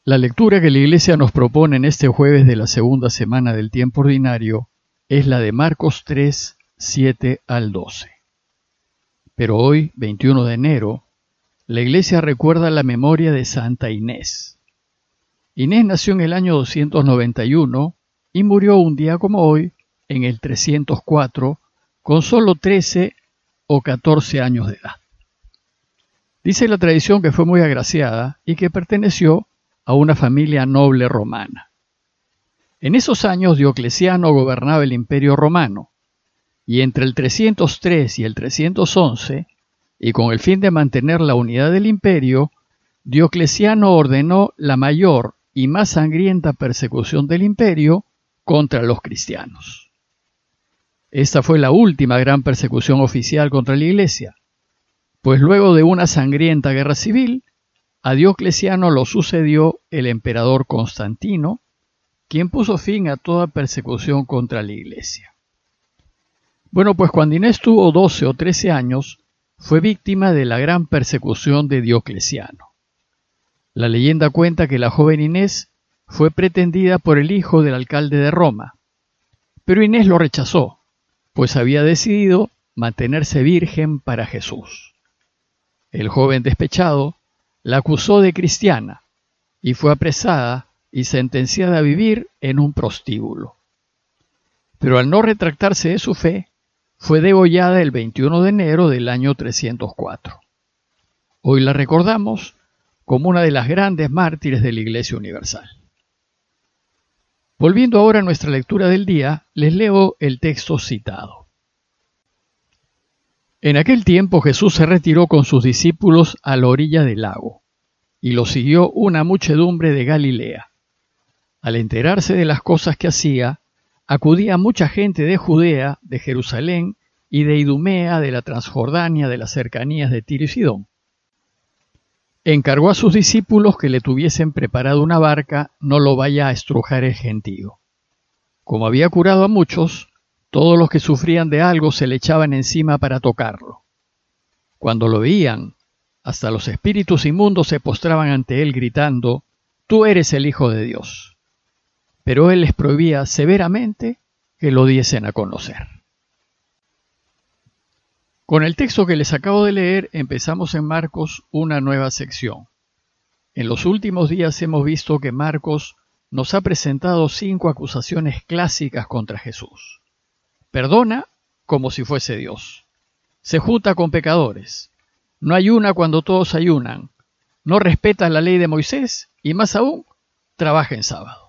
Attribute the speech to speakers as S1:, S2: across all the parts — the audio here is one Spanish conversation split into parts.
S1: La lectura que la Iglesia nos propone en este jueves de la segunda semana del tiempo ordinario es la de Marcos 3, 7 al 12. Pero hoy, 21 de enero, la Iglesia recuerda la memoria de Santa Inés. Inés nació en el año 291 y murió un día como hoy, en el 304, con solo 13 o 14 años de edad. Dice la tradición que fue muy agraciada y que perteneció a una familia noble romana. En esos años Diocleciano gobernaba el Imperio Romano, y entre el 303 y el 311, y con el fin de mantener la unidad del imperio, Diocleciano ordenó la mayor y más sangrienta persecución del imperio contra los cristianos. Esta fue la última gran persecución oficial contra la Iglesia, pues luego de una sangrienta guerra civil, a Diocleciano lo sucedió el emperador Constantino, quien puso fin a toda persecución contra la Iglesia. Bueno, pues cuando Inés tuvo 12 o 13 años, fue víctima de la gran persecución de Diocleciano. La leyenda cuenta que la joven Inés fue pretendida por el hijo del alcalde de Roma, pero Inés lo rechazó, pues había decidido mantenerse virgen para Jesús. El joven despechado la acusó de cristiana y fue apresada y sentenciada a vivir en un prostíbulo. Pero al no retractarse de su fe, fue degollada el 21 de enero del año 304. Hoy la recordamos como una de las grandes mártires de la Iglesia Universal. Volviendo ahora a nuestra lectura del día, les leo el texto citado. En aquel tiempo Jesús se retiró con sus discípulos a la orilla del lago, y lo siguió una muchedumbre de Galilea. Al enterarse de las cosas que hacía, acudía mucha gente de Judea, de Jerusalén y de Idumea, de la Transjordania, de las cercanías de Tiro y Sidón. Encargó a sus discípulos que le tuviesen preparado una barca, no lo vaya a estrujar el gentío. Como había curado a muchos, todos los que sufrían de algo se le echaban encima para tocarlo. Cuando lo veían, hasta los espíritus inmundos se postraban ante él gritando: «Tú eres el Hijo de Dios». Pero él les prohibía severamente que lo diesen a conocer. Con el texto que les acabo de leer, empezamos en Marcos una nueva sección. En los últimos días hemos visto que Marcos nos ha presentado 5 acusaciones clásicas contra Jesús. Perdona como si fuese Dios. Se junta con pecadores. No ayuna cuando todos ayunan. No respeta la ley de Moisés y más aún, trabaja en sábado.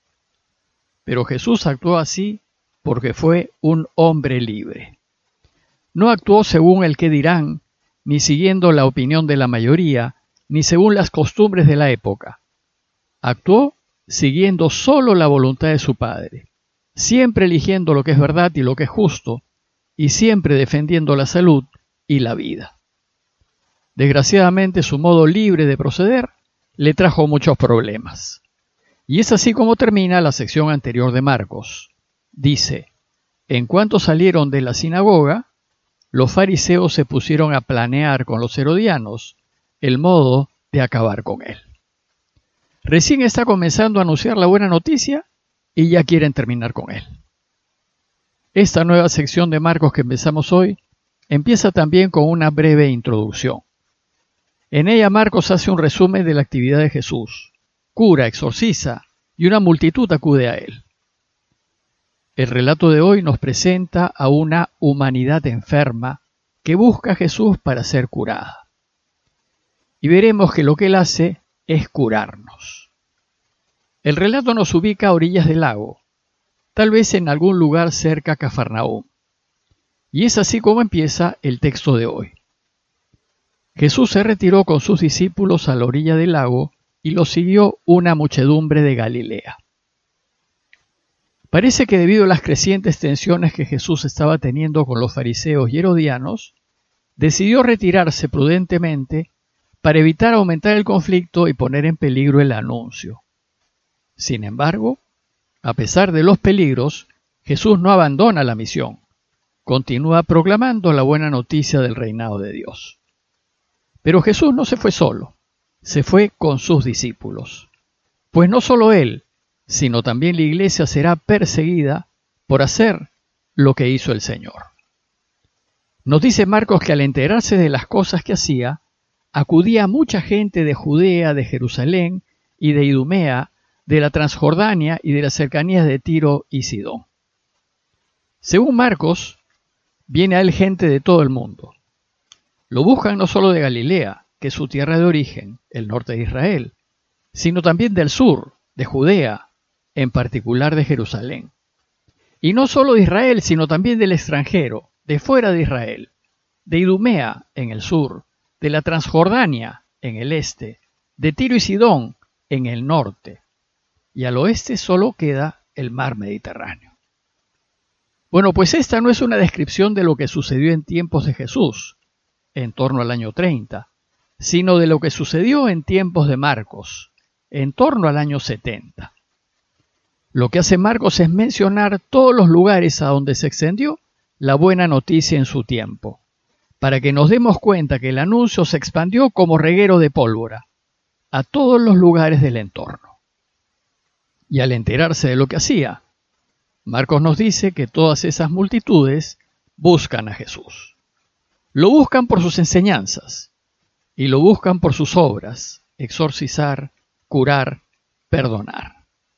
S1: Pero Jesús actuó así porque fue un hombre libre. No actuó según el que dirán, ni siguiendo la opinión de la mayoría, ni según las costumbres de la época. Actuó siguiendo solo la voluntad de su Padre, siempre eligiendo lo que es verdad y lo que es justo, y siempre defendiendo la salud y la vida. Desgraciadamente, su modo libre de proceder le trajo muchos problemas. Y es así como termina la sección anterior de Marcos. Dice: en cuanto salieron de la sinagoga, los fariseos se pusieron a planear con los herodianos el modo de acabar con él. Recién está comenzando a anunciar la buena noticia y ya quieren terminar con él. Esta nueva sección de Marcos que empezamos hoy empieza también con una breve introducción. En ella Marcos hace un resumen de la actividad de Jesús. Cura, exorciza y una multitud acude a él. El relato de hoy nos presenta a una humanidad enferma que busca a Jesús para ser curada. Y veremos que lo que él hace es curarnos. El relato nos ubica a orillas del lago, tal vez en algún lugar cerca a Cafarnaúm. Y es así como empieza el texto de hoy. Jesús se retiró con sus discípulos a la orilla del lago y lo siguió una muchedumbre de Galilea. Parece que debido a las crecientes tensiones que Jesús estaba teniendo con los fariseos y herodianos, decidió retirarse prudentemente para evitar aumentar el conflicto y poner en peligro el anuncio. Sin embargo, a pesar de los peligros, Jesús no abandona la misión, continúa proclamando la buena noticia del reinado de Dios. Pero Jesús no se fue solo, se fue con sus discípulos. Pues no solo él, sino también la iglesia será perseguida por hacer lo que hizo el Señor. Nos dice Marcos que al enterarse de las cosas que hacía, acudía mucha gente de Judea, de Jerusalén y de Idumea, de la Transjordania y de las cercanías de Tiro y Sidón. Según Marcos, viene a él gente de todo el mundo. Lo buscan no solo de Galilea, que es su tierra de origen, el norte de Israel, sino también del sur, de Judea, en particular de Jerusalén. Y no solo de Israel, sino también del extranjero, de fuera de Israel, de Idumea, en el sur, de la Transjordania, en el este, de Tiro y Sidón, en el norte, y al oeste solo queda el mar Mediterráneo. Bueno, pues esta no es una descripción de lo que sucedió en tiempos de Jesús, en torno al año 30, sino de lo que sucedió en tiempos de Marcos, en torno al año 70. Lo que hace Marcos es mencionar todos los lugares a donde se extendió la buena noticia en su tiempo, para que nos demos cuenta que el anuncio se expandió como reguero de pólvora a todos los lugares del entorno. Y al enterarse de lo que hacía, Marcos nos dice que todas esas multitudes buscan a Jesús. Lo buscan por sus enseñanzas y lo buscan por sus obras, exorcizar, curar, perdonar.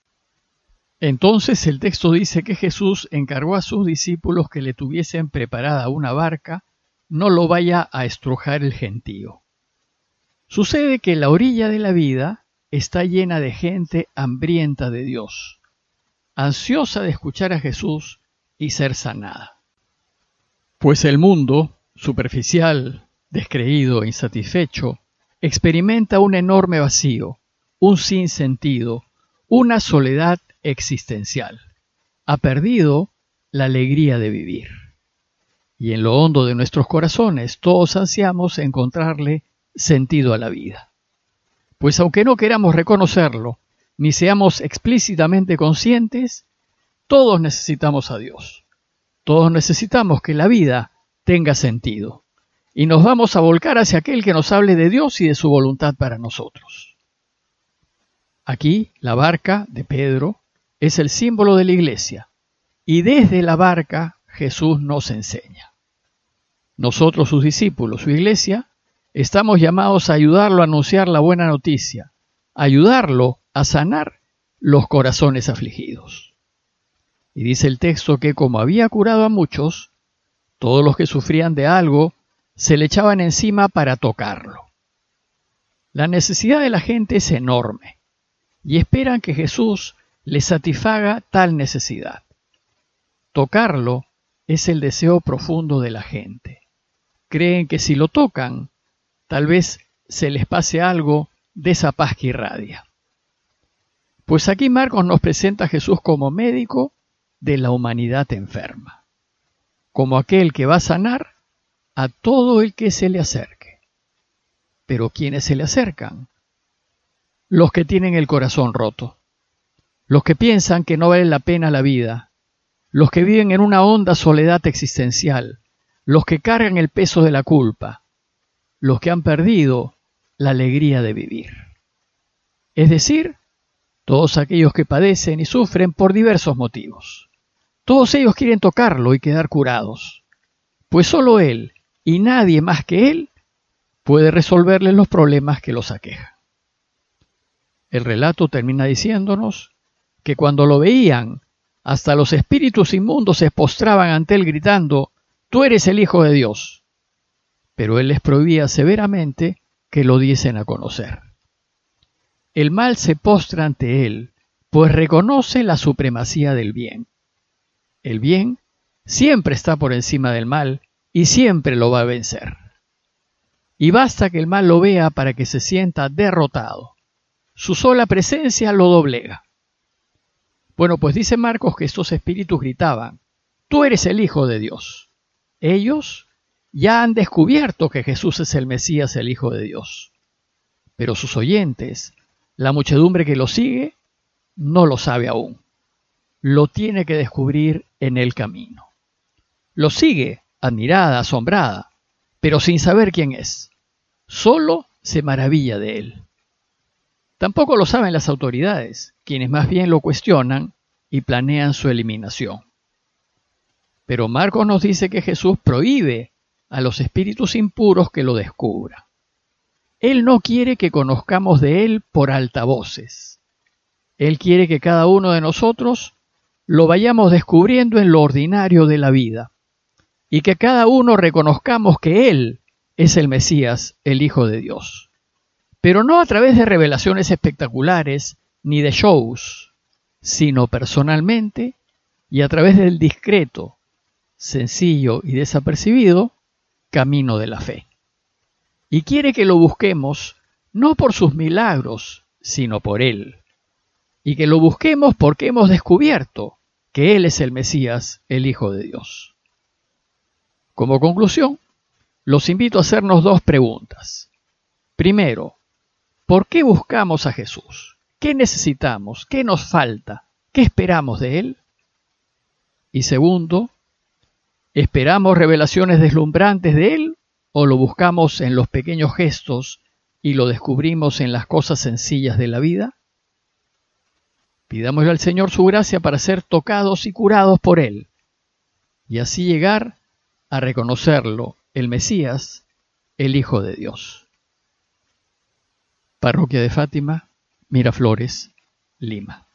S1: Entonces el texto dice que Jesús encargó a sus discípulos que le tuviesen preparada una barca, no lo vaya a estrujar el gentío. Sucede que la orilla de la vida está llena de gente hambrienta de Dios, ansiosa de escuchar a Jesús y ser sanada. Pues el mundo, superficial, descreído, insatisfecho, experimenta un enorme vacío, un sinsentido, una soledad existencial. Ha perdido la alegría de vivir. Y en lo hondo de nuestros corazones todos ansiamos encontrarle sentido a la vida. Pues aunque no queramos reconocerlo, ni seamos explícitamente conscientes, todos necesitamos a Dios. Todos necesitamos que la vida tenga sentido. Y nos vamos a volcar hacia aquel que nos hable de Dios y de su voluntad para nosotros. Aquí, la barca de Pedro es el símbolo de la iglesia. Y desde la barca Jesús nos enseña. Nosotros, sus discípulos, su iglesia, estamos llamados a ayudarlo a anunciar la buena noticia, a ayudarlo a sanar los corazones afligidos. Y dice el texto que como había curado a muchos, todos los que sufrían de algo se le echaban encima para tocarlo. La necesidad de la gente es enorme y esperan que Jesús les satisfaga tal necesidad. Tocarlo es el deseo profundo de la gente. Creen que si lo tocan, tal vez se les pase algo de esa paz que irradia. Pues aquí Marcos nos presenta a Jesús como médico de la humanidad enferma, como aquel que va a sanar a todo el que se le acerque. Pero ¿quiénes se le acercan? Los que tienen el corazón roto, los que piensan que no vale la pena la vida, los que viven en una honda soledad existencial, los que cargan el peso de la culpa, los que han perdido la alegría de vivir. Es decir, todos aquellos que padecen y sufren por diversos motivos. Todos ellos quieren tocarlo y quedar curados, pues solo Él y nadie más que Él puede resolverles los problemas que los aquejan. El relato termina diciéndonos que cuando lo veían, hasta los espíritus inmundos se postraban ante Él gritando: «Tú eres el Hijo de Dios». Pero Él les prohibía severamente que lo diesen a conocer. El mal se postra ante Él, pues reconoce la supremacía del bien. El bien siempre está por encima del mal y siempre lo va a vencer. Y basta que el mal lo vea para que se sienta derrotado. Su sola presencia lo doblega. Bueno, pues dice Marcos que estos espíritus gritaban: «Tú eres el Hijo de Dios». Ellos ya han descubierto que Jesús es el Mesías, el Hijo de Dios. Pero sus oyentes, la muchedumbre que lo sigue, no lo sabe aún. Lo tiene que descubrir en el camino. Lo sigue, admirada, asombrada, pero sin saber quién es. Solo se maravilla de él. Tampoco lo saben las autoridades, quienes más bien lo cuestionan y planean su eliminación. Pero Marcos nos dice que Jesús prohíbe a los espíritus impuros que lo descubran. Él no quiere que conozcamos de Él por altavoces. Él quiere que cada uno de nosotros lo vayamos descubriendo en lo ordinario de la vida y que cada uno reconozcamos que Él es el Mesías, el Hijo de Dios. Pero no a través de revelaciones espectaculares ni de shows, sino personalmente y a través del discreto, sencillo y desapercibido camino de la fe. Y quiere que lo busquemos no por sus milagros, sino por Él. Y que lo busquemos porque hemos descubierto que Él es el Mesías, el Hijo de Dios. Como conclusión, los invito a hacernos dos preguntas. Primero, ¿por qué buscamos a Jesús? ¿Qué necesitamos? ¿Qué nos falta? ¿Qué esperamos de Él? Y segundo, ¿esperamos revelaciones deslumbrantes de Él o lo buscamos en los pequeños gestos y lo descubrimos en las cosas sencillas de la vida? Pidámosle al Señor su gracia para ser tocados y curados por Él y así llegar a reconocerlo, el Mesías, el Hijo de Dios. Parroquia de Fátima, Miraflores, Lima.